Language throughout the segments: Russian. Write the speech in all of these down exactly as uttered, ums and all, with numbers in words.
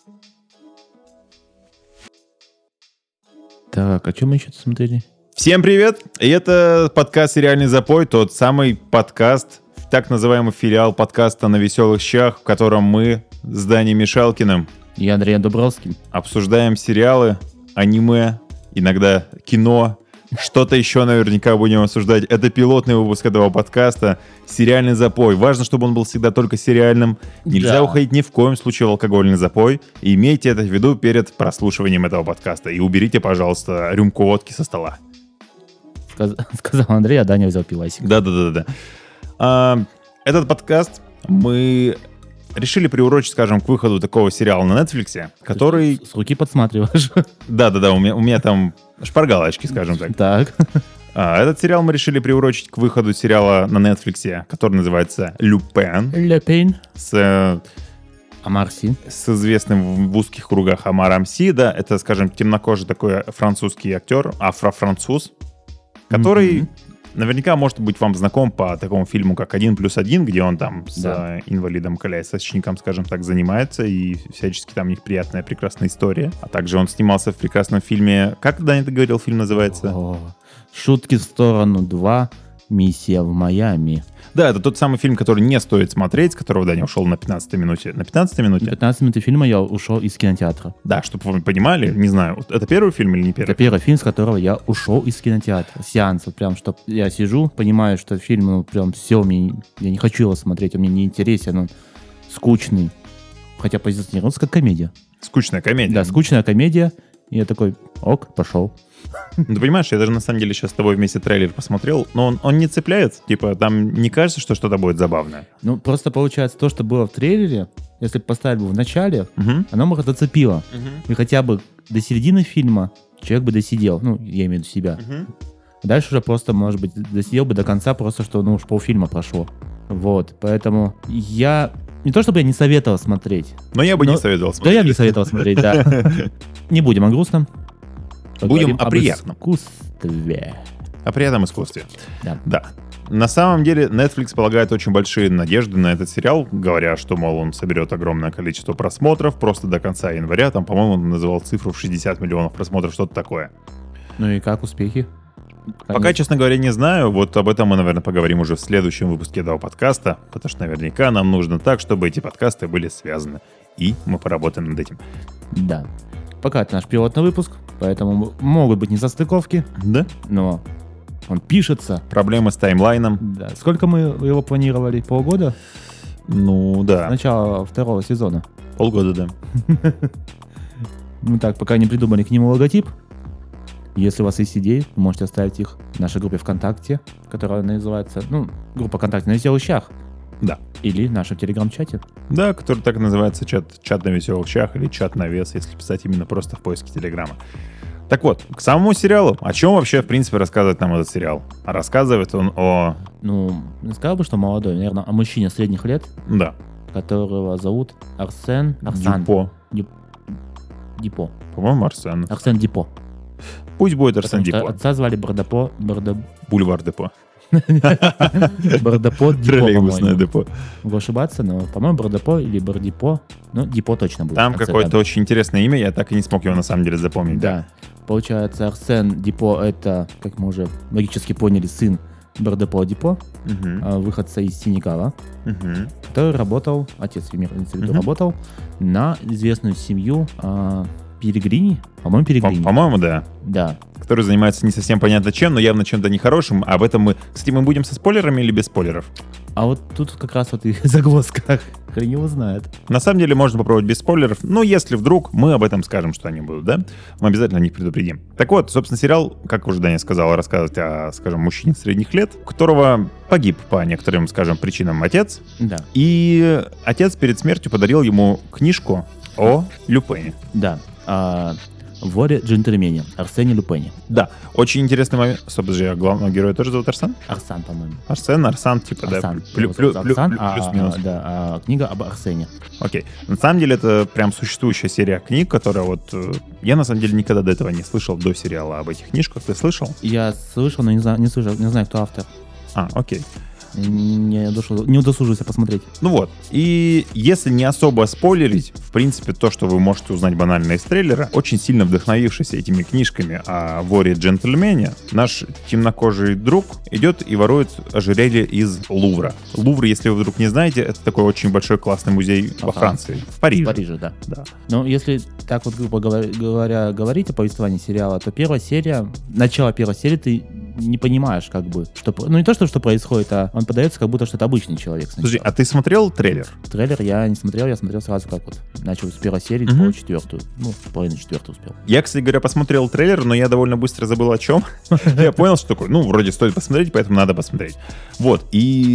Так, а что мы еще смотрели? Всем привет! И это подкаст «Сериальный запой», тот самый подкаст, так называемый филиал подкаста «На веселых щах», в котором мы с Даней Мишалкиным и Андреем Дубровским обсуждаем сериалы, аниме, иногда кино, что-то еще наверняка будем обсуждать. Это пилотный выпуск этого подкаста «Сериальный запой». Важно, чтобы он был всегда только сериальным. Нельзя Да. уходить ни в коем случае в алкогольный запой. И имейте это в виду перед прослушиванием этого подкаста. И уберите, пожалуйста, рюмку водки со стола. Сказ- сказал Андрей, а Даня взял пивасик. Да-да-да-да. А, этот подкаст мы решили приурочить, скажем, к выходу такого сериала на Netflix, который... С руки подсматриваешь. Да-да-да, у меня, у меня там шпаргалочки, скажем так. Так. А, этот сериал мы решили приурочить к выходу сериала на Netflix, который называется «Люпен», Люпен. с, э, Омар Си. с известным в узких кругах Омаром Си. Да, это, скажем, темнокожий такой французский актер, афрофранцуз, который... Мгм. Наверняка может быть вам знаком по такому фильму, как «Один плюс один», где он там с Да. э, инвалидом-колясочником, скажем так, занимается, и всячески там у них приятная, прекрасная история. А также он снимался в прекрасном фильме... Как, Даня, ты говорил, фильм называется? О, Шутки в сторону два. Миссия в Майами. Да, это тот самый фильм, который не стоит смотреть, с которого Даня ушел на пятнадцатой минуте. На пятнадцатой минуте? На пятнадцать минут фильма я ушел из кинотеатра. Да, чтобы вы понимали, не знаю, это первый фильм или не первый? Это первый фильм, с которого я ушел из кинотеатра. Сеанс. Вот прям, что я сижу, понимаю, что фильм, ну, прям все, мне, я не хочу его смотреть, он мне не интересен, он скучный. Хотя позиционировался как комедия. Скучная комедия. Да, скучная комедия. И я такой, ок, пошел. Ну, ты понимаешь, я даже на самом деле сейчас с тобой вместе трейлер посмотрел, но он, он не цепляет, типа, там не кажется, что что-то будет забавное. Ну, просто получается, то, что было в трейлере, если бы поставить бы в начале, Угу. оно бы зацепило. И хотя бы до середины фильма человек бы досидел. Ну, я имею в виду себя. Дальше уже просто, может быть, досидел бы до конца, просто что, ну, уж полфильма прошло. Вот, поэтому я... Не то, чтобы я не советовал смотреть. Но я бы Но- не советовал Да смотреть. я бы не советовал смотреть, да. Не будем о грустном. Будем Поговорим о об приятном. искусстве. О приятном искусстве. Да. Да. На самом деле Netflix полагает очень большие надежды на этот сериал, говоря, что, мол, он соберет огромное количество просмотров просто до конца января. Там, по-моему, он называл цифру в шестьдесят миллионов просмотров, что-то такое. Ну и как успехи? Пока, честно говоря, не знаю. Вот об этом мы, наверное, поговорим уже в следующем выпуске этого подкаста, потому что наверняка нам нужно так, чтобы эти подкасты были связаны. И мы поработаем над этим. Да. Пока это наш пилотный выпуск, поэтому м- могут быть несостыковки, Да? но он пишется. Проблемы с таймлайном. Да. Сколько мы его планировали? Полгода? Ну, да. Начало второго сезона. Полгода, да. Мы так пока не придумали к нему логотип. Если у вас есть идеи, вы можете оставить их в нашей группе ВКонтакте, которая называется, ну, группа ВКонтакте «На веселых щах». Да. Или в нашем телеграм-чате. Да, который так и называется чат, чат на веселых щах или чат на вес, если писать именно просто в поиске Телеграма. Так вот, к самому сериалу. О чем вообще, в принципе, рассказывает нам этот сериал? А рассказывает он о... Ну, не сказал бы, что молодой, наверное, о мужчине средних лет, Да. которого зовут Арсен... Арсан. Дюпо. Дипо. По-моему, Арсен. Арсен Дипо. Пусть будет Арсен Потому что Дипо. отца звали Бардапо... Барда... Бульвар Депо. Бардапо Дипо, Троллейбусное по-моему. депо. Могу ошибаться, но, по-моему, Бардапо или Бардипо. Ну, Дипо точно будет. Там в конце, какое-то да. очень интересное имя, я так и не смог его на самом деле запомнить. Да. Получается, Арсен Дипо — это, как мы уже логически поняли, сын Бардапо Дипо, Мгм. а, выходца из Синегала, Мгм. который работал, отец, имеется в виду, Мгм. работал на известную семью а, Пелигрини. По-моему, По- Пелигрини. По-моему, да. Да. Который занимается не совсем понятно чем, но явно чем-то нехорошим. Об этом мы... Кстати, мы будем со спойлерами или без спойлеров? А вот тут как раз вот и загвоздка. Хрен его знает. На самом деле можно попробовать без спойлеров, но если вдруг мы об этом скажем, что они будут, да, мы обязательно о них предупредим. Так вот, собственно, сериал, как уже Даня сказал, рассказывать о, скажем, мужчине средних лет, у которого погиб по некоторым, скажем, причинам отец, Да. и отец перед смертью подарил ему книжку о Люпене. Да. А, воре-джентльмене. Арсене Люпене. Да, очень интересный момент. Стоп, подожди, а главного героя тоже зовут Арсен? Арсан, по-моему. Арсен, Арсан, типа, Арсан. да, плю- Его плю- зовут плю- Арсан, плю- а, плюс-минус. а, да, а книга об Арсене. Окей. На самом деле это прям существующая серия книг, которая вот... э, Я на самом деле никогда до этого не слышал, до сериала об этих книжках. Ты слышал? Я слышал, но не знаю, не слышал, не знаю, кто автор. А, окей. Не, дошел, не удосужился посмотреть. Ну вот. И если не особо спойлерить, в принципе, то, что вы можете узнать банально из трейлера, очень сильно вдохновившись этими книжками о воре-джентльмене, наш темнокожий друг идет и ворует ожерелье из Лувра. Лувр, если вы вдруг не знаете, это такой очень большой классный музей ага. во Франции. В Париже. В Париже, да. да. Но если так вот, грубо говоря, говорить о повествовании сериала, то первая серия, начало первой серии ты не понимаешь, как бы, что... Ну, не то, что, что происходит, а он подается, как будто что это обычный человек сначала. Подожди, а ты смотрел трейлер? Трейлер я не смотрел, я смотрел сразу, как вот начал с первой серии uh-huh. по четвертую. Ну, половину четвертую успел. Я, кстати говоря, посмотрел трейлер, но я довольно быстро забыл о чем. Я понял, что такое, ну, вроде стоит посмотреть, поэтому надо посмотреть. Вот,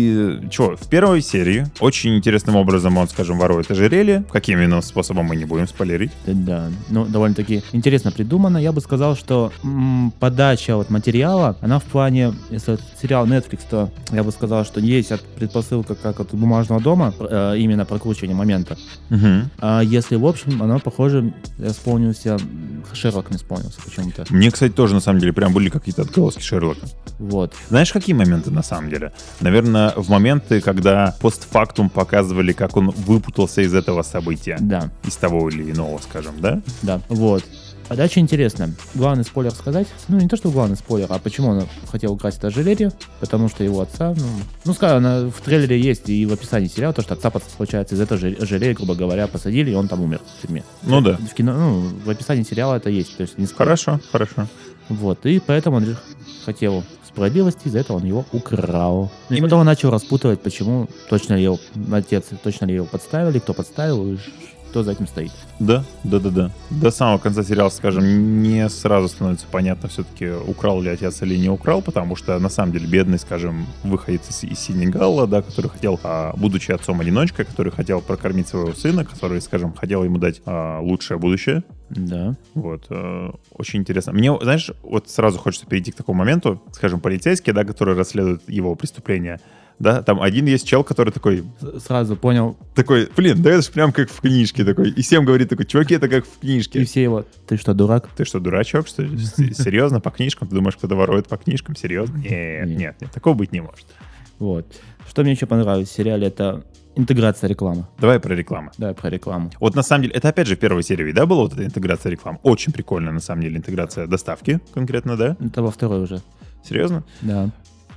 и что, в первой серии очень интересным образом он, скажем, ворует ожерелье. Каким именно способом мы не будем спойлерить. Да, ну, довольно-таки интересно придумано. Я бы сказал, что м- подача вот материала, она в плане, если это сериал Netflix, то я бы сказал, что есть предпосылка как от «Бумажного дома», э, именно прокручивание момента. Угу. А если в общем, оно похоже, я вспомнился, Шерлок не вспомнился почему-то. Мне, кстати, тоже на самом деле прям были какие-то отголоски Шерлока. Вот. Знаешь, какие моменты на самом деле? Наверное, в моменты, когда постфактум показывали, как он выпутался из этого события. Да. Из того или иного, скажем, да? Да, вот. Подача интересная. Главный спойлер сказать. Ну, не то, что главный спойлер, а почему он хотел украсть это ожерелье. Потому что его отца, ну, ну скажем, в трейлере есть и в описании сериала, то, что отца, получается, из этого ожерелья, грубо говоря, посадили, и он там умер в тюрьме. Ну да. В кино, ну, в описании сериала это есть. То есть не хорошо, хорошо. Вот, и поэтому он хотел справедливости, из-за этого он его украл. И потом он начал распутывать, почему точно ли его отец, точно ли его подставили, кто подставил, и кто за этим стоит. Да, да, да, да. До самого конца сериала, скажем, не сразу становится понятно, все-таки украл ли отец или не украл, потому что на самом деле бедный, скажем, выходец из, из Сенегала, да, который хотел, а, будучи отцом-одиночкой, который хотел прокормить своего сына, который, скажем, хотел ему дать а, лучшее будущее. Да. Вот, э, очень интересно. Мне, знаешь, вот сразу хочется перейти к такому моменту, скажем, полицейские, да, которые расследуют его преступления. Да, там один есть чел, который такой... Сразу понял. Такой, блин, да это же прям как в книжке такой. И всем говорит такой, чуваки, это как в книжке. И все его, ты что, дурак? Ты что, дурачок, что ли? Серьезно, по книжкам? Ты думаешь, кто-то ворует по книжкам? Серьезно? Нет, нет, нет, такого быть не может. Вот. Что мне еще понравилось в сериале, это интеграция рекламы. Давай про рекламу. Давай про рекламу. Вот на самом деле, это опять же в первой серии, да, была вот эта интеграция рекламы? Очень прикольная, на самом деле, интеграция доставки конкретно, да? Это во второй уже. Серьезно? Да.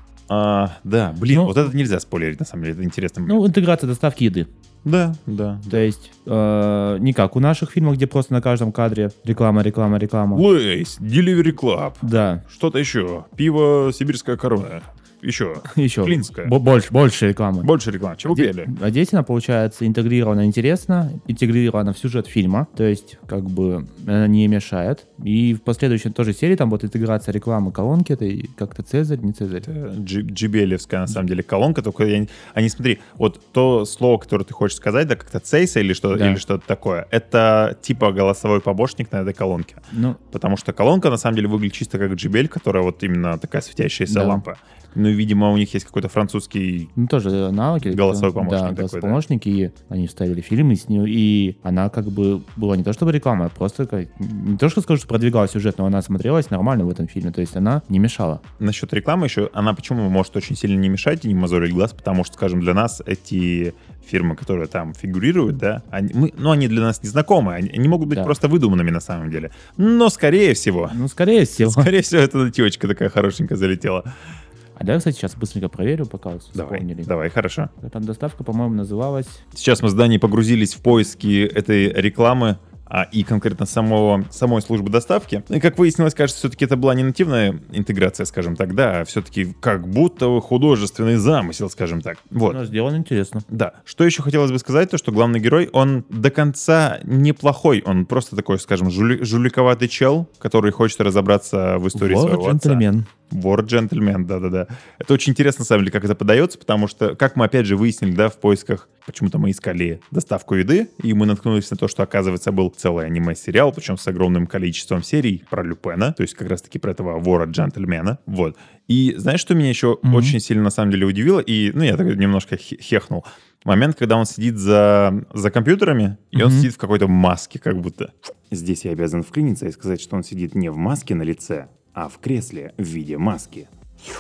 А, да, блин, ну, вот это нельзя спойлерить, на самом деле, это интересно. Ну, интеграция доставки еды. Да, да. То есть, э, не как у наших фильмов, где просто на каждом кадре реклама, реклама, реклама. Лейс, Delivery Club. Да. Что-то еще. Пиво Сибирская корона. Еще. Еще. Клинская. Больше, больше рекламы. Больше рекламы. Чего пели? А здесь она, получается, интегрирована интересно, интегрирована в сюжет фильма, то есть, как бы, она не мешает. И в последующей тоже серии там будет интеграция рекламы колонки, это как-то Цезарь, не Цезарь. Джибелевская, на самом деле, колонка, только я... А не смотри, вот то слово, которое ты хочешь сказать, да, как-то Цейса или, что, да. или что-то такое, это типа голосовой помощник на этой колонке. Ну. Потому что колонка, на самом деле, выглядит чисто как джибель, которая вот именно такая светящаяся да. лампа. Ну, видимо, у них есть какой-то французский ну, тоже аналоги. Голосовой помощник. Да, такой, голосовой да. помощник, и они вставили фильм, и, с нее, и она как бы была не то чтобы реклама, а просто как, не то что скажу, что продвигала сюжет, но она смотрелась нормально в этом фильме, то есть она не мешала. Насчет рекламы еще, она почему может очень сильно не мешать и не мозолить глаз, потому что, скажем, для нас эти фирмы, которые там фигурируют, да, они, мы, ну, они для нас незнакомые, они, они могут быть да. просто выдуманными на самом деле. Но, скорее всего... Ну, скорее всего. Скорее всего, эта нативочка такая хорошенькая залетела. А давай, кстати, сейчас быстренько проверю, пока давай, вспомнили. Давай, хорошо. Там доставка, по-моему, называлась... Сейчас мы с Даней погрузились в поиски этой рекламы а, и конкретно самого, самой службы доставки. И, как выяснилось, кажется, все-таки это была не нативная интеграция, скажем так, да, а все-таки как будто художественный замысел, скажем так. Вот. Ну, сделано интересно. Да. Что еще хотелось бы сказать, то, что главный герой, он до конца неплохой, он просто такой, скажем, жули, жуликоватый чел, который хочет разобраться в истории Вор, своего джентльмен. отца. Вор-джентльмен, да-да-да. Это очень интересно, на самом деле, как это подается, потому что, как мы опять же выяснили, да, в поисках, почему-то мы искали доставку еды, и мы наткнулись на то, что, оказывается, был целый аниме-сериал, причем с огромным количеством серий про Люпена, то есть как раз-таки про этого вора-джентльмена, вот. И знаешь, что меня еще mm-hmm. очень сильно, на самом деле, удивило, и, ну, я так немножко хехнул, момент, когда он сидит за, за компьютерами, и mm-hmm. он сидит в какой-то маске, как будто. Здесь я обязан вклиниться и сказать, что он сидит не в маске на лице, а в кресле в виде маски.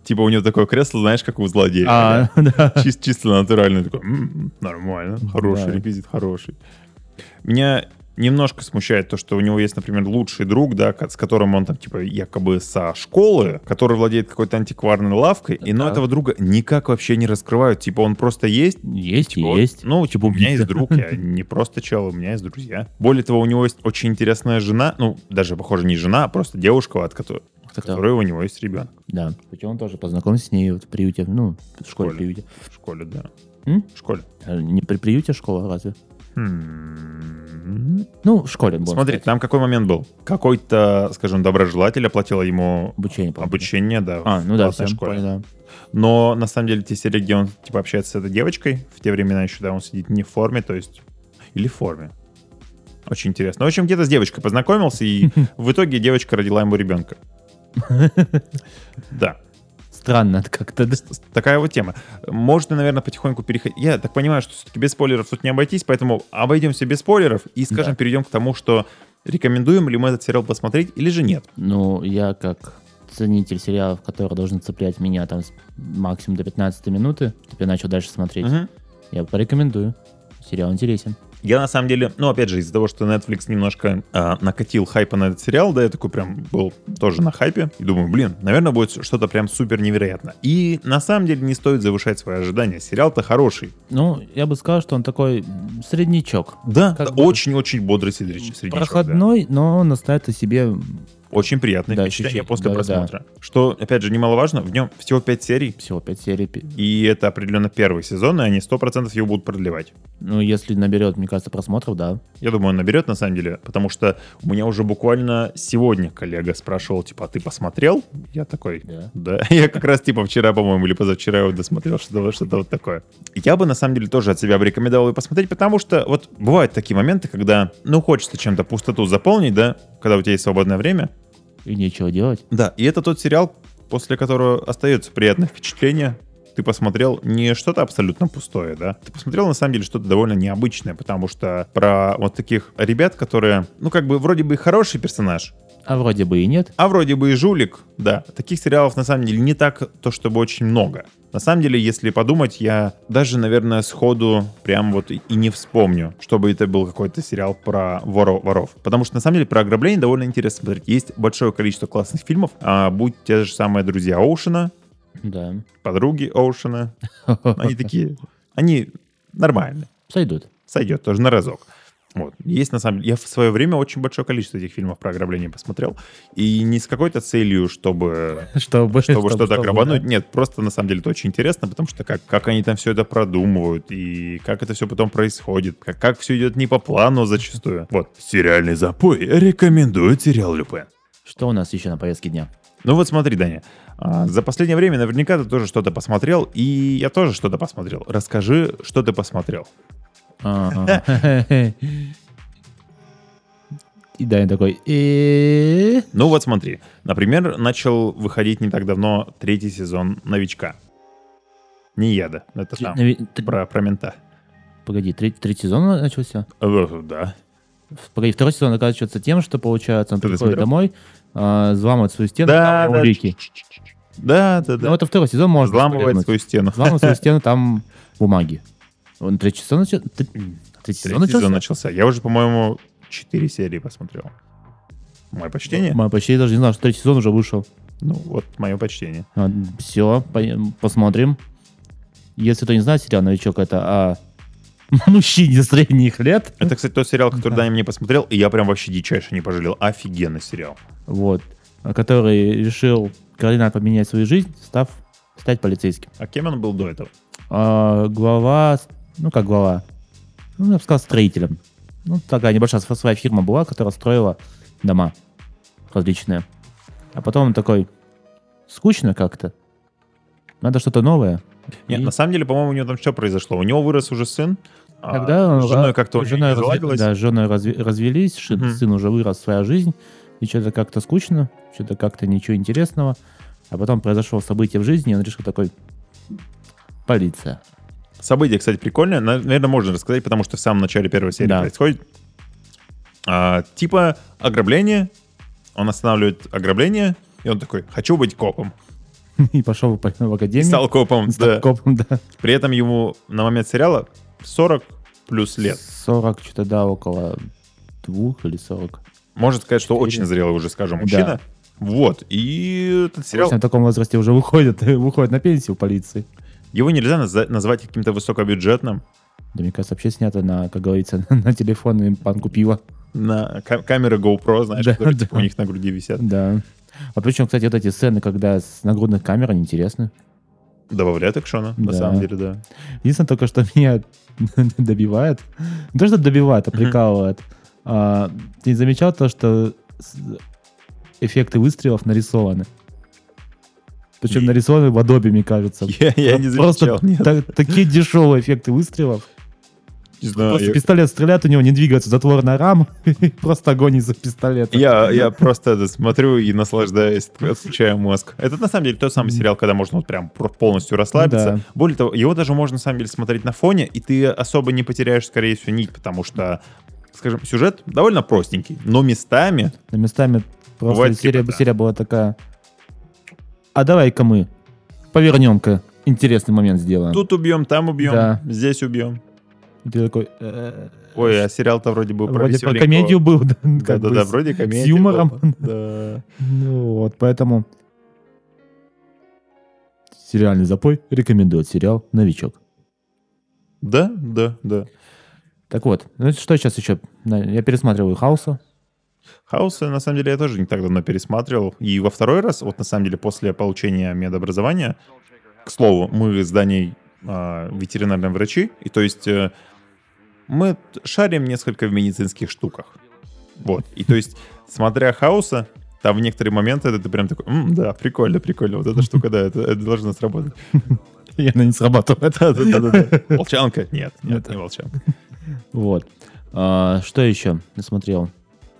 Типа у него такое кресло, знаешь, как у злодея. А, да. Чис- чисто натуральный такой. М-м, нормально, хороший Да. реквизит, хороший. Меня немножко смущает то, что у него есть, например, лучший друг, да, ко- с которым он там, типа, якобы со школы, который владеет какой-то антикварной лавкой, и но Так. этого друга никак вообще не раскрывают. Типа он просто есть. Есть и Типа, вот, есть. ну, типа, у меня есть убийца. друг, я не просто чел, у меня есть друзья. Более того, у него есть очень интересная жена, ну, даже, похоже, не жена, а просто девушка, от которой, от Кто? которой у него есть ребенок. Да. Причем он тоже познакомился с ней вот в приюте. Ну, в школе, школе. приюте. В школе, да. М? В школе. А Не при приюте школа, разве? Хм. Ну, в школе. будем Смотри, сказать. там какой момент был? Какой-то, скажем, доброжелатель оплатил ему Обучение, по-моему. обучение, да, А, в ну да, платной всем школе. понял, да. Но на самом деле те серии, где он типа общается с этой девочкой, в те времена еще, да, он сидит не в форме, то есть... Или в форме. Очень интересно. В общем, где-то с девочкой познакомился, и в итоге девочка родила ему ребенка. Да. Странно как-то. Да? Такая вот тема. Можно, наверное, потихоньку переходить. Я так понимаю, что все-таки без спойлеров тут не обойтись, поэтому обойдемся без спойлеров и, скажем, Да. перейдем к тому, что рекомендуем ли мы этот сериал посмотреть или же нет. Ну, я как ценитель сериалов, которые должны цеплять меня там с- максимум до пятнадцатой минуты, чтобы я начал дальше смотреть, Мгм. я порекомендую. Сериал интересен. Я на самом деле, ну, опять же, из-за того, что Netflix немножко а, накатил хайпа на этот сериал, да, я такой прям был тоже на хайпе, и думаю, блин, наверное, будет что-то прям супер невероятно. И на самом деле не стоит завышать свои ожидания. Сериал-то хороший. Ну, я бы сказал, что он такой м, среднячок. Да, Как да, бы очень-очень бодрый среднячок. среднячок, да. Проходной, но он оставит о себе... Очень приятное Да, впечатление чуть-чуть, после да, просмотра. Что, опять же, немаловажно, в нем всего пять серий, Всего пять серий. Пи- и это определенно первый сезон, и они сто процентов его будут продлевать. Ну, если наберет, мне кажется, просмотров, да. Я думаю, он наберет на самом деле, потому что у меня уже буквально сегодня коллега спрашивал, типа, а ты посмотрел? Я такой, Да. да. Я как раз, типа, вчера, по-моему, или позавчера его досмотрел, что-то, что-то вот такое. Я бы, на самом деле, тоже от себя бы рекомендовал его посмотреть, потому что вот бывают такие моменты, когда, ну, хочется чем-то пустоту заполнить, да, когда у тебя есть свободное время. И нечего делать. Да, и это тот сериал, после которого остается приятное впечатление. Ты посмотрел не что-то абсолютно пустое, да? Ты посмотрел, на самом деле, что-то довольно необычное, потому что про вот таких ребят, которые, ну, как бы, вроде бы и хороший персонаж, А вроде бы и нет. а вроде бы и жулик, да. Таких сериалов, на самом деле, не так, то чтобы очень много. На самом деле, если подумать, я даже, наверное, сходу прям вот и и не вспомню, чтобы это был какой-то сериал про воро- воров. Потому что, на самом деле, про ограбление довольно интересно смотреть. Есть большое количество классных фильмов, а, будь те же самые «Друзья Оушена», Да. «Подруги Оушена». Они такие, они нормальные. Сойдут. Сойдет тоже на разок. Вот. Есть, на самом деле, я в свое время очень большое количество этих фильмов про ограбление посмотрел. И не с какой-то целью, чтобы, Чтобы, чтобы что-то чтобы, грабануть. да. Нет, просто на самом деле это очень интересно, потому что как, как они там все это продумывают, и как это все потом происходит, как, как все идет не по плану зачастую. Вот. Сериальный запой рекомендует сериал «Люпен». Что у нас еще на повестке дня? Ну вот смотри, Даня, а, за последнее время наверняка ты тоже что-то посмотрел, и я тоже что-то посмотрел. Расскажи, что ты посмотрел. Ага. И Даня такой... «Э?» Ну вот смотри, например, начал выходить не так давно третий сезон «Новичка». Не яда, это там, Нави- т- про, про мента. Погоди, третий, третий сезон начался? Э, Да. Погоди, второй сезон оканчивается тем, что, получается, он Ты приходит досмотрел? домой, а, взламывает свою стену, Да, там да. улики. Да, да, Ну, да. это второй сезон можно Взламывает спойлернуть. свою стену. Взламывает свою стену, там бумаги. Он третий сезон начался? Третий Третий сезон начался? сезон начался. Я уже, по-моему, четыре серии посмотрел. Мое почтение? Мы почти даже не знал, что третий сезон уже вышел. Ну, вот мое почтение. Все, посмотрим. Если кто не знает, сериал «Новичок» — это о мужчине средних лет. Это, кстати, тот сериал, который Да. Даня мне посмотрел, и я прям вообще дичайше не пожалел. Офигенный сериал. Вот. Который решил кардинально поменять свою жизнь, став стать полицейским. А кем он был до этого? А, глава, ну как глава, ну я бы сказал строителем. Ну такая небольшая своя фирма была, которая строила дома различные. А потом он такой, скучно как-то, надо что-то новое. Нет, И на самом деле, по-моему, у него там что произошло? У него вырос уже сын. а Тогда он с женой ра- как-то у него женой не разви- заладилось. да, с женой разви- развелись, ши- Мгм. сын уже вырос, своя жизнь, и что-то как-то скучно, что-то как-то ничего интересного. А потом произошло событие в жизни, и он решил такой, полиция. Событие, кстати, прикольное. На- Наверное, можно рассказать, потому что в самом начале первой серии Да. происходит. А, типа ограбление. Он останавливает ограбление, и он такой, хочу быть копом. и пошел в, в академию. Стал копом, Стал да. копом, да. При этом ему на момент сериала сорок плюс лет. сорок, что-то, да, около двух или сорок. Можно сказать, что четыре. очень зрелый уже, скажем, мужчина. Да. Вот. И этот сериал... Обычно в таком возрасте уже выходят, выходят на пенсию в полиции. Его нельзя наза- назвать каким-то высокобюджетным. Да, мне кажется, вообще снято на, как говорится, на телефон и банку пива. На ка- камеры GoPro, знаешь, Да, которые да. типа, у них на груди висят. Да. А причем, кстати, вот эти сцены, когда с нагрудных камер, они интересны. Добавляет экшона, на Да. самом деле, да. Единственное только, что меня добивает, не то, что добивает, а Мгм. прикалывает. А, ты не замечал то, что с- эффекты выстрелов нарисованы? Причем И- нарисованы в Adobe, мне кажется. Я, я не замечал, Просто нет. та- такие дешевые эффекты выстрелов. Не знаю, Просто я- пистолет стреляет, у него не двигается затворная рама, и просто огонь из-за пистолета. Я, я просто это смотрю и наслаждаюсь, отключаю мозг. Это на самом деле тот самый сериал, когда можно вот прям про- полностью расслабиться. Да. Более того, его даже можно на самом деле смотреть на фоне, и ты особо не потеряешь, скорее всего, нить, потому что, скажем, сюжет довольно простенький, но местами... На местами просто Бывает серия, типа, да. серия была такая. А давай-ка мы повернем-ка, интересный момент сделаем. Тут убьем, там убьем, Да. здесь убьем. И ты такой... э, Ой, а сериал-то вроде бы про Вроде про веселенького. комедию был, да, как бы Да-да-да, с- вроде комедия. с юмором. была. Да. Ну вот, поэтому сериальный запой рекомендует сериал «Новичок». Да, да, да. Так вот, ну что сейчас еще? На- Я пересматриваю «Хауса». Хауса, на самом деле, я тоже не так давно пересматривал. И во второй раз, вот на самом деле, после получения медобразования, к слову, мы с Даней а, ветеринарные врачи, и то есть э, мы т- шарим несколько в медицинских штуках. Вот. И то есть, смотря Хауса, там в некоторые моменты это ты прям такой, «М, да, прикольно, прикольно, вот эта штука, да, это, это должно сработать. И она не срабатывает. Да-да-да. Волчанка? Нет, нет, Это- не волчанка. Вот. А, что еще насмотрел?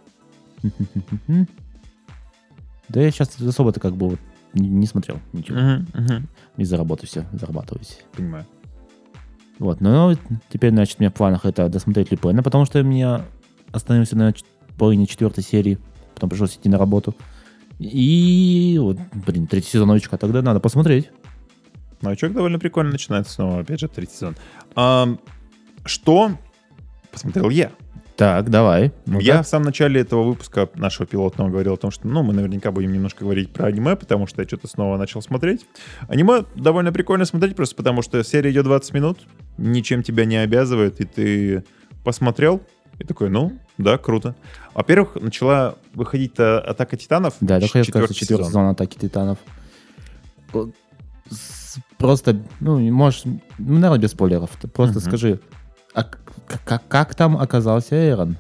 Да я сейчас особо-то как бы вот не, не смотрел ничего. Мгм, мгм. Из-за работы все, зарабатываюсь. Понимаю. Вот, ну теперь, значит, у меня в планах это досмотреть Люпена, потому что я остановился на ч- половине четвертой серии, потом пришлось идти на работу. И вот, блин, третий сезон «Новичка», тогда надо посмотреть. Новичок довольно прикольно начинается снова, опять же, третий сезон. Ам, что посмотрел я? Так, давай. Ну-ка. Я в самом начале этого выпуска нашего пилотного говорил о том, что ну, мы наверняка будем немножко говорить про аниме, потому что я что-то снова начал смотреть. Аниме довольно прикольно смотреть, просто потому что серия идет двадцать минут, ничем тебя не обязывает, и ты посмотрел, и такой, ну, да, круто. Во-первых, начала выходить «Атака титанов». Да, только я четвертый сказал, четвертый сезон. сезон «Атаки титанов». Вот, с- Просто, ну, не можешь, ну, наверное, без спойлеров. Ты просто Мгм. скажи, а к- как, как там оказался Эйрон?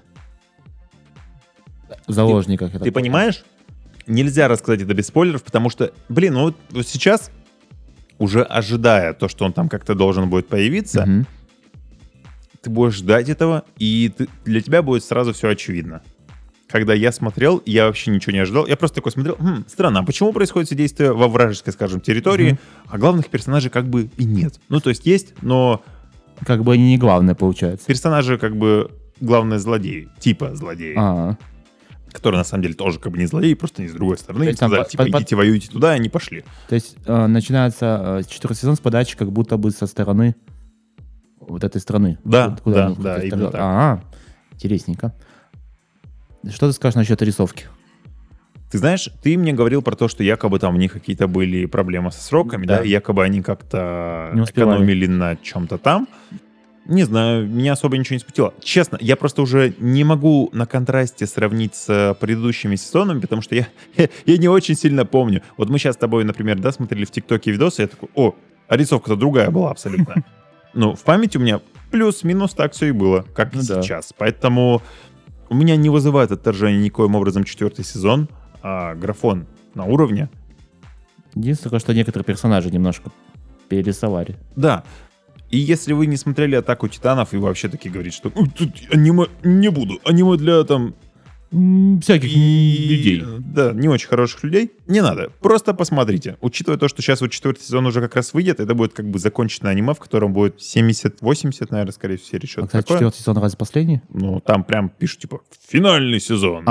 В заложниках. я так Ты понял. понимаешь? Нельзя рассказать это без спойлеров, потому что, блин, ну вот, вот сейчас, уже ожидая то, что он там как-то должен будет появиться, Мгм. ты будешь ждать этого, и ты- для тебя будет сразу все очевидно. Когда я смотрел, я вообще ничего не ожидал. Я просто такой смотрел, хм, странно, а почему происходит все действие во вражеской, скажем, территории, Мгм. а главных персонажей как бы и нет. Ну, то есть есть, но Как бы они не главные, получается. персонажи как бы главные злодеи, типа злодеи, А, которые на самом деле тоже как бы не злодеи, просто не с другой стороны. То Им есть там сказали, по- типа, по- идите воюйте туда, и они пошли. то есть э, начинается э, четвертый сезон с подачи как будто бы со стороны вот этой страны. Да, Куда да, они да, хотят именно сказать. так. А, интересненько. Что ты скажешь насчет рисовки? Ты знаешь, ты мне говорил про то, что якобы там у них какие-то были проблемы со сроками, да, Да. и якобы они как-то Не успевали. экономили на чем-то там. Не знаю, меня особо ничего не смутило. Честно, я просто уже не могу на контрасте сравнить с предыдущими сезонами, потому что я, я, я не очень сильно помню. Вот мы сейчас с тобой, например, да, смотрели в ТикТоке видосы, я такой, о, а рисовка-то другая была абсолютно. Ну, в памяти у меня плюс-минус так все и было, как и Ну да. сейчас. Поэтому у меня не вызывает отторжения никоим образом четвертый сезон, а графон на уровне. Единственное, что некоторые персонажи немножко перерисовали. Да. И если вы не смотрели «Атаку титанов» и вообще таки говорите, что «Ой, тут аниме не буду, аниме для там М, Всяких и- людей. Да, не очень хороших людей, не надо. Просто посмотрите. Учитывая то, что сейчас вот четвертый сезон уже как раз выйдет, это будет как бы законченное аниме, в котором будет семьдесят-восемьдесят, наверное, скорее всего, серий, А, что-то кстати, такое. четвертый сезон разве последний? Ну, там прям пишут, типа, финальный сезон. А,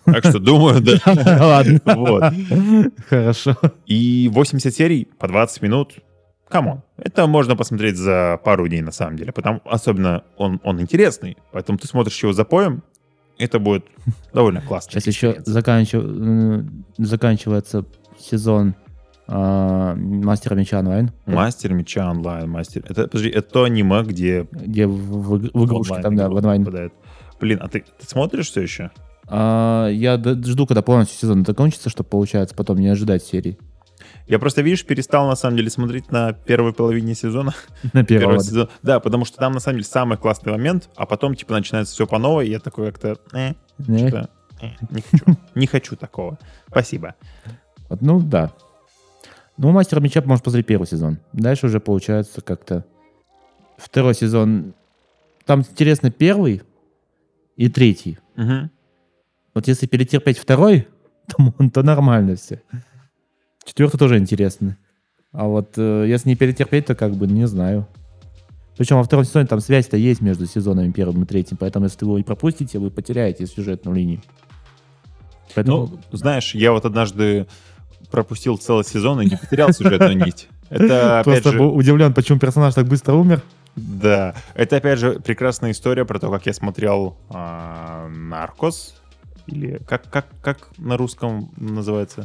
Так что думаю, да. Ладно. Вот. Хорошо. И восемьдесят серий по двадцать минут. Камон. Это можно посмотреть за пару дней, на самом деле. Потому, особенно он, он интересный. Поэтому ты смотришь его запоем, это будет довольно классно. Сейчас еще заканчив... заканчивается сезон а, Мастера Меча онлайн. Мастер Меча онлайн. Мастер... Это, подожди, это то аниме, где... Где в, в, в игрушки там, да, в онлайн. Попадает. Блин, а ты, ты смотришь все еще? А, я д- жду, когда полностью сезон закончится, чтобы, получается, потом не ожидать серий. Я просто, видишь, перестал, на самом деле, смотреть на первой половине сезона. На первом. сезон. Да, потому что там, на самом деле, самый классный момент, а потом, типа, начинается все по новой, и я такой как-то... Э, Не? что-то, э, не хочу. Не хочу такого. Спасибо. Вот, ну, да. Ну, Мастера Меча можешь посмотреть первый сезон. Дальше уже получается как-то... Второй сезон... Там интересно первый и третий. Угу. Вот если перетерпеть второй, то, то нормально все. Четвертый тоже интересно. А вот э, если не перетерпеть, то как бы не знаю. Причем во втором сезоне там связь-то есть между сезонами первым и третьим, поэтому если вы его и пропустите, вы потеряете сюжетную линию. Поэтому... Ну, знаешь, я вот однажды пропустил целый сезон и не потерял сюжетную нить. Это, опять Просто же... был удивлен, почему персонаж так быстро умер. Да, это, опять же, прекрасная история про то, как я смотрел а, «Наркос». Или как, как, как на русском называется?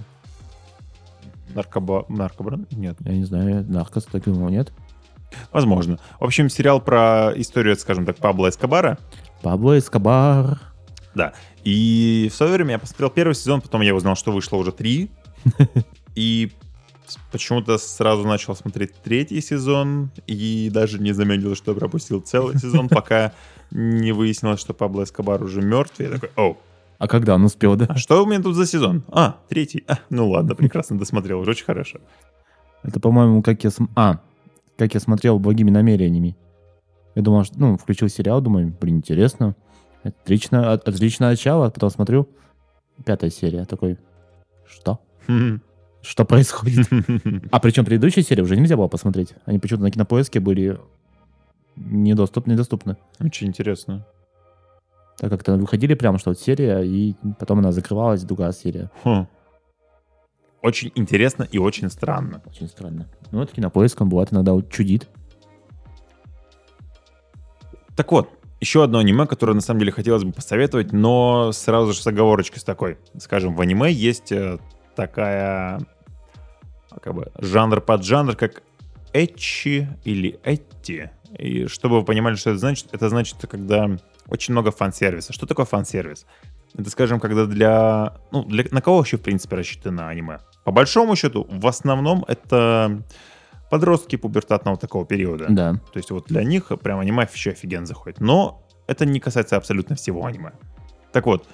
Наркоба... Наркобран? Нет. Я не знаю, Наркос, так думал, нет? Возможно. В общем, сериал про историю, скажем так, Пабло Эскобара. Пабло Эскобар. Да. И в свое время я посмотрел первый сезон, потом я узнал, что вышло уже три. И почему-то сразу начал смотреть третий сезон и даже не заметил, что пропустил целый сезон, пока не выяснилось, что Пабло Эскобар уже мертв. Я такой, оу. А когда он успел, да? А что у меня тут за сезон? А, третий. А, ну ладно, прекрасно досмотрел, уже очень хорошо. Это, по-моему, как я... См... А, как я смотрел «Благими намерениями». Я думал, что, ну, включил сериал, думаю, блин, интересно. Отлично, от- отличное начало. Потом смотрю, пятая серия. Такой, что? Что происходит? А причем предыдущая серия уже нельзя было посмотреть. Они почему-то на Кинопоиске были недоступны, недоступны. Очень интересно. Так как-то выходили прямо, что вот серия, и потом она закрывалась, другая серия. Хм. Очень интересно и очень странно. Очень странно. Ну, вот Кинопоиск, он бывает иногда вот чудит. Так вот, еще одно аниме, которое на самом деле хотелось бы посоветовать, но сразу же с оговорочкой с такой. Скажем, в аниме есть э, такая, как бы, жанр под жанр, как эчи или этти. И чтобы вы понимали, что это значит, это значит, когда очень много фан-сервиса. Что такое фан-сервис? Это, скажем, когда для... Ну, для, на кого вообще, в принципе, рассчитано аниме? По большому счету, в основном это подростки пубертатного такого периода. Да. То есть вот для них прям аниме еще офигенно заходит. Но это не касается абсолютно всего аниме. Так вот,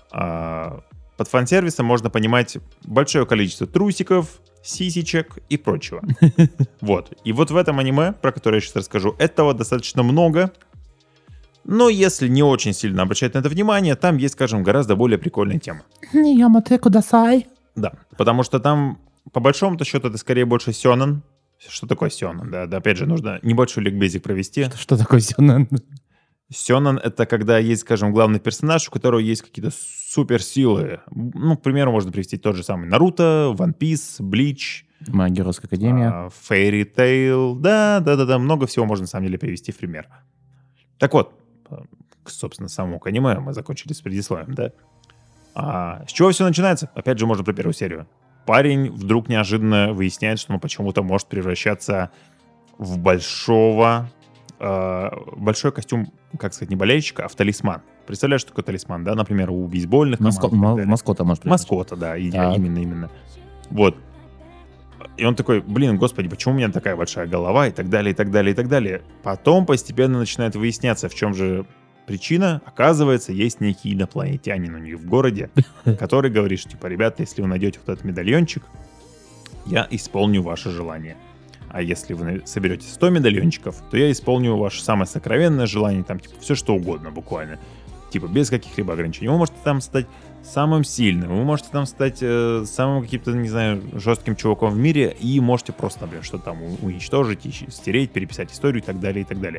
а, под фан-сервисом можно понимать большое количество трусиков, сисечек и прочего. Вот. И вот в этом аниме, про которое я сейчас расскажу, этого достаточно много. Но если не очень сильно обращать на это внимание, там есть, скажем, гораздо более прикольная тема. Ямате кудасай. Да, потому что там, по большому-то счету, это скорее больше сёнэн. Что такое сёнэн? Да, да, опять же, нужно небольшой ликбезик провести. Что такое сёнэн? Сёнэн — это когда есть, скажем, главный персонаж, у которого есть какие-то суперсилы. Ну, к примеру, можно привести тот же самый Наруто, One Piece, Bleach, Моя геройская академия. Fairy Tail. Да, да, да, да, много всего можно на самом деле привести в пример. Так вот, к, собственно, самому к аниме мы закончили с предисловием, да? А с чего все начинается? Опять же, можно про первую серию. Парень вдруг неожиданно выясняет, что он почему-то может превращаться в большого... Э, большой костюм, как сказать, не болельщика, а в талисман. Представляешь, что такое талисман, да? Например, у бейсбольных Маско... команд. м- маскота, может быть. Маскота, да, и- Так. именно, именно. Вот. И он такой, блин, господи, почему у меня такая большая голова, и так далее, и так далее, и так далее. Потом постепенно начинает выясняться, в чем же причина. Оказывается, есть некий инопланетянин у них в городе, который говорит, что, типа, ребята, если вы найдете вот этот медальончик, я исполню ваше желание. А если вы соберете сто медальончиков, то я исполню ваше самое сокровенное желание, там, типа, все что угодно буквально. Типа, без каких-либо ограничений. Вы можете там стать самым сильным, вы можете там стать э, самым каким-то, не знаю, жестким чуваком в мире, и можете просто, например, что-то там уничтожить, стереть, переписать историю и так далее, и так далее.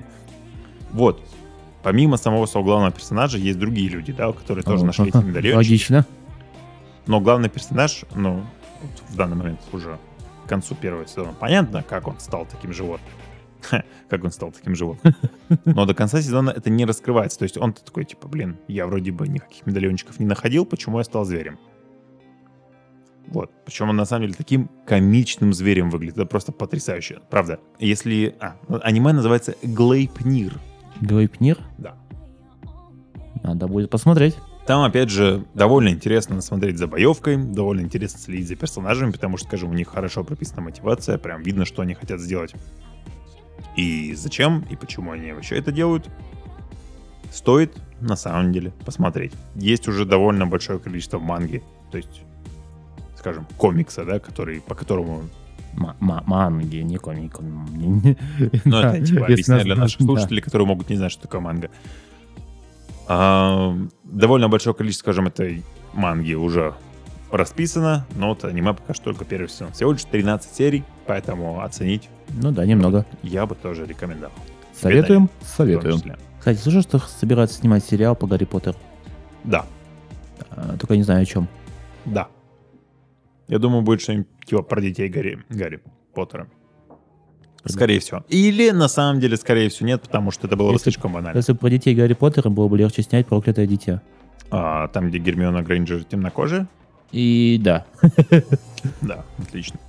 Вот. Помимо самого своего главного персонажа, есть другие люди, да, которые тоже нашли эти медальончики. Логично. Но главный персонаж, ну, вот в данный момент уже к концу первого сезона понятно, как он стал таким животным. Как он стал таким животным. Но до конца сезона это не раскрывается. То есть он такой, типа, блин, я вроде бы никаких медальончиков не находил, почему я стал зверем? Вот. Причем он на самом деле таким комичным зверем выглядит. Это просто потрясающе. Правда. Если... А, аниме называется Глейпнир. Глейпнир? Да. Надо будет посмотреть. Там, опять же, довольно интересно смотреть за боевкой, довольно интересно следить за персонажами, потому что, скажем, у них хорошо прописана мотивация, прям видно, что они хотят сделать. И зачем, и почему они вообще это делают, стоит, на самом деле, посмотреть. Есть уже довольно большое количество манги, то есть, скажем, комикса, да, который, по которому... Манги, не комик. Ну, это типа объясняю для наших слушателей, которые могут не знать, что такое манга. А, довольно большое количество, скажем, этой манги уже расписано, но вот аниме пока что только первый сезон. Всего лишь тринадцать серий, поэтому оценить. Ну да, немного. Я бы тоже рекомендовал. Советуем? Советуем. Кстати, слышал, что собираются снимать сериал по Гарри Поттеру? Да. А, только не знаю о чем. Да. Я думаю, будет что-нибудь типа про детей Гарри, Гарри Поттера. Скорее всего. Или, на самом деле, скорее всего, нет, потому что это было бы слишком банально. Если бы про детей Гарри Поттера было бы легче снять «Проклятое дитя». А, там, где Гермиона Грейнджер темнокожая? И да. Да, отлично.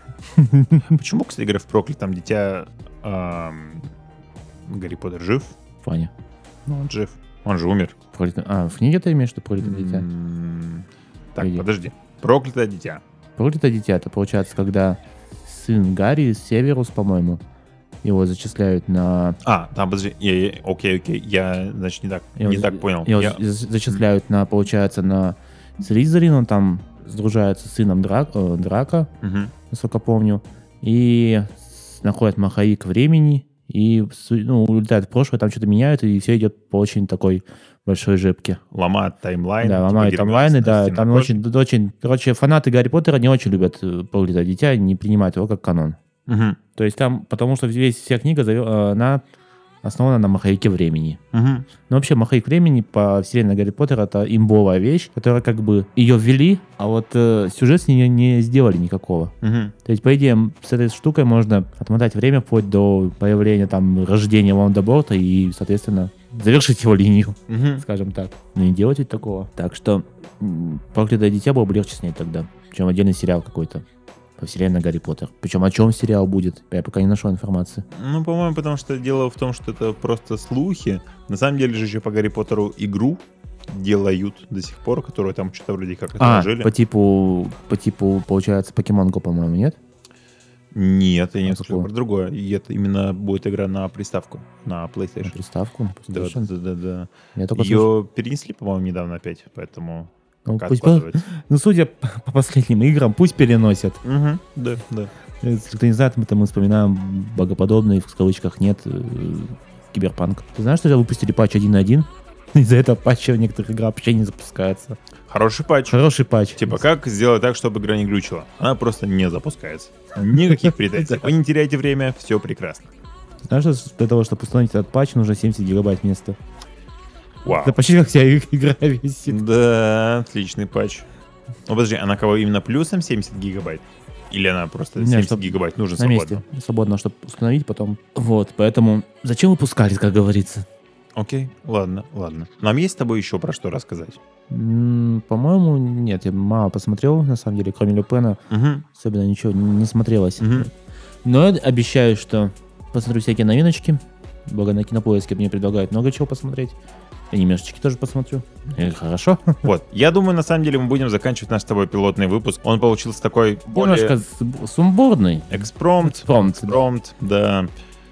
Почему, кстати говоря, в «Проклятом дитя» эм, Гарри Поттер жив? Фаня. Ну, он жив. Он же умер. Проклятое... А, в книге ты имеешь, что «Проклятое дитя»? М-м- так, Иди. подожди. «Проклятое дитя». «Проклятое дитя» — это получается, когда сын Гарри, Северус, по-моему, его зачисляют на... А, там, подожди. Я, я, окей, окей. Я, значит, не так, Его, не так понял. Его Я... зачисляют на, получается, на Слизерин, он там сдружается с сыном Драк... э, Драка, Мгм. насколько помню, и находят маховик времени, и ну, улетают в прошлое, там что-то меняют, и все идет по очень такой большой жепке. Ломают таймлайн. Да, типа ломают Гермиона таймлайны, с- да, с там очень, очень... Короче, фанаты Гарри Поттера не очень любят э, «Проклятое дитя», не принимают его как канон. Мгм. То есть там, потому что весь, вся книга, заве- э, она основана на маховике времени. Мгм. Но вообще маховик времени по вселенной Гарри Поттера — это имбовая вещь, которая как бы ее ввели, а вот э, сюжет с нее не сделали никакого. Мгм. То есть, по идее, м, с этой штукой можно отмотать время вплоть до появления там рождения Волан-де-Морта и, соответственно, завершить его линию, Мгм. скажем так. Но не делать ведь такого. Так что м, «Проклятое дитя» было бы легче снять тогда, чем отдельный сериал какой-то по вселенной Гарри Поттер. Причем о чем сериал будет? Я пока не нашел информации. Ну, по-моему, потому что дело в том, что это просто слухи. На самом деле же еще по Гарри Поттеру игру делают до сих пор, которую там что-то вроде как А, отложили. по типу, по типу, получается, Pokemon Go, по-моему, нет? Нет, я не А слышал какого? про другое. И это именно будет игра на приставку, на На PlayStation. приставку? на Да, PlayStation? да, да, да. Я только слышал. Ее перенесли, по-моему, недавно опять, поэтому Ну, пока пусть- откладывается. ну, судя по по последним играм, пусть переносят. Мгм. Да, да. Если кто не знает, мы, мы вспоминаем богоподобный, в кавычках нет, э, киберпанк. Ты знаешь, что выпустили патч один на один? Из-за этого патча некоторых игр вообще не запускается. Хороший патч. Хороший патч. Типа, как сделать так, чтобы игра не глючила? Она просто не запускается. Никаких претензий. Вы не теряете время, все прекрасно. Знаешь, что для того, чтобы установить этот патч, нужно семьдесят гигабайт места. Вау. Это почти как вся и- игра висит. Да, отличный патч. Ну, подожди, она кого именно плюсом семьдесят гигабайт? Или она просто Не, семьдесят чтоб гигабайт нужно На свободно? месте. Свободно, чтобы установить потом. Вот, поэтому зачем выпускали, как говорится? Окей, ладно, ладно. Нам есть с тобой еще про что рассказать? М, По-моему, нет, я мало посмотрел, на самом деле, кроме Люпена, Угу. особенно ничего не смотрелось. Мгм. Но я обещаю, что посмотрю всякие новиночки. Благо на Кинопоиске мне предлагают много чего посмотреть. Анимешечки тоже посмотрю. И хорошо. Вот, я думаю, на самом деле мы будем заканчивать наш с тобой пилотный выпуск. Он получился такой более Немножко с- сумбурный. экспромт, Экспромт, да. экспромт, да.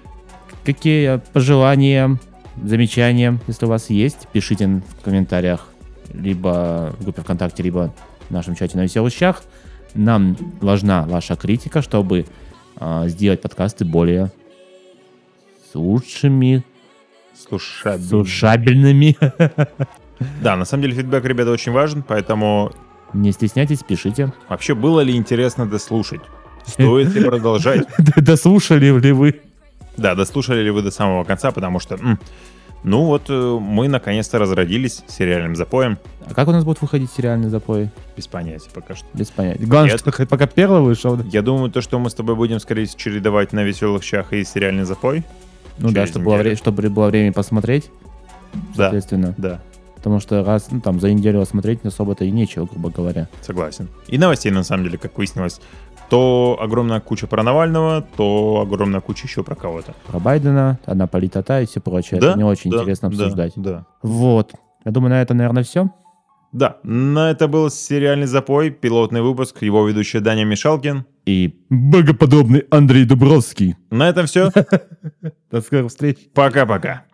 Какие пожелания, замечания, если у вас есть, пишите в комментариях либо в группе ВКонтакте, либо в нашем чате на Веселых Щах. Нам важна ваша критика, чтобы а, сделать подкасты более лучшими, Слушай, слушабельными. да, на самом деле фидбэк, ребята, очень важен, поэтому Не стесняйтесь, пишите. вообще было ли интересно дослушать? Стоит ли продолжать? Дослушали ли вы? Да, дослушали ли вы до самого конца, потому что м, Ну вот э, мы наконец-то разродились сериальным запоем. А как у нас будут выходить сериальные запои? Без понятия пока что. Без понятия. Главное, Я- что хоть пока первый вышел. Да? Я думаю, то, что мы с тобой будем, скорее всего, чередовать на веселых щах и сериальный запой. Ну да, через чтобы было, неделю. вре- чтобы было время посмотреть, Да, соответственно. да, Потому что раз, ну, там, за неделю смотреть особо-то и нечего, грубо говоря. согласен. И новостей, на самом деле, как выяснилось, то огромная куча про Навального, то огромная куча еще про кого-то. Про Байдена, одна политота и все прочее. Да, Это не очень да, интересно да, обсуждать. Да. Вот. Я думаю, на это, наверное, все. Да, на это был сериальный запой, пилотный выпуск, его ведущий Даня Мишалкин. И богоподобный Андрей Дубровский. На этом все. До скорых встреч. Пока-пока.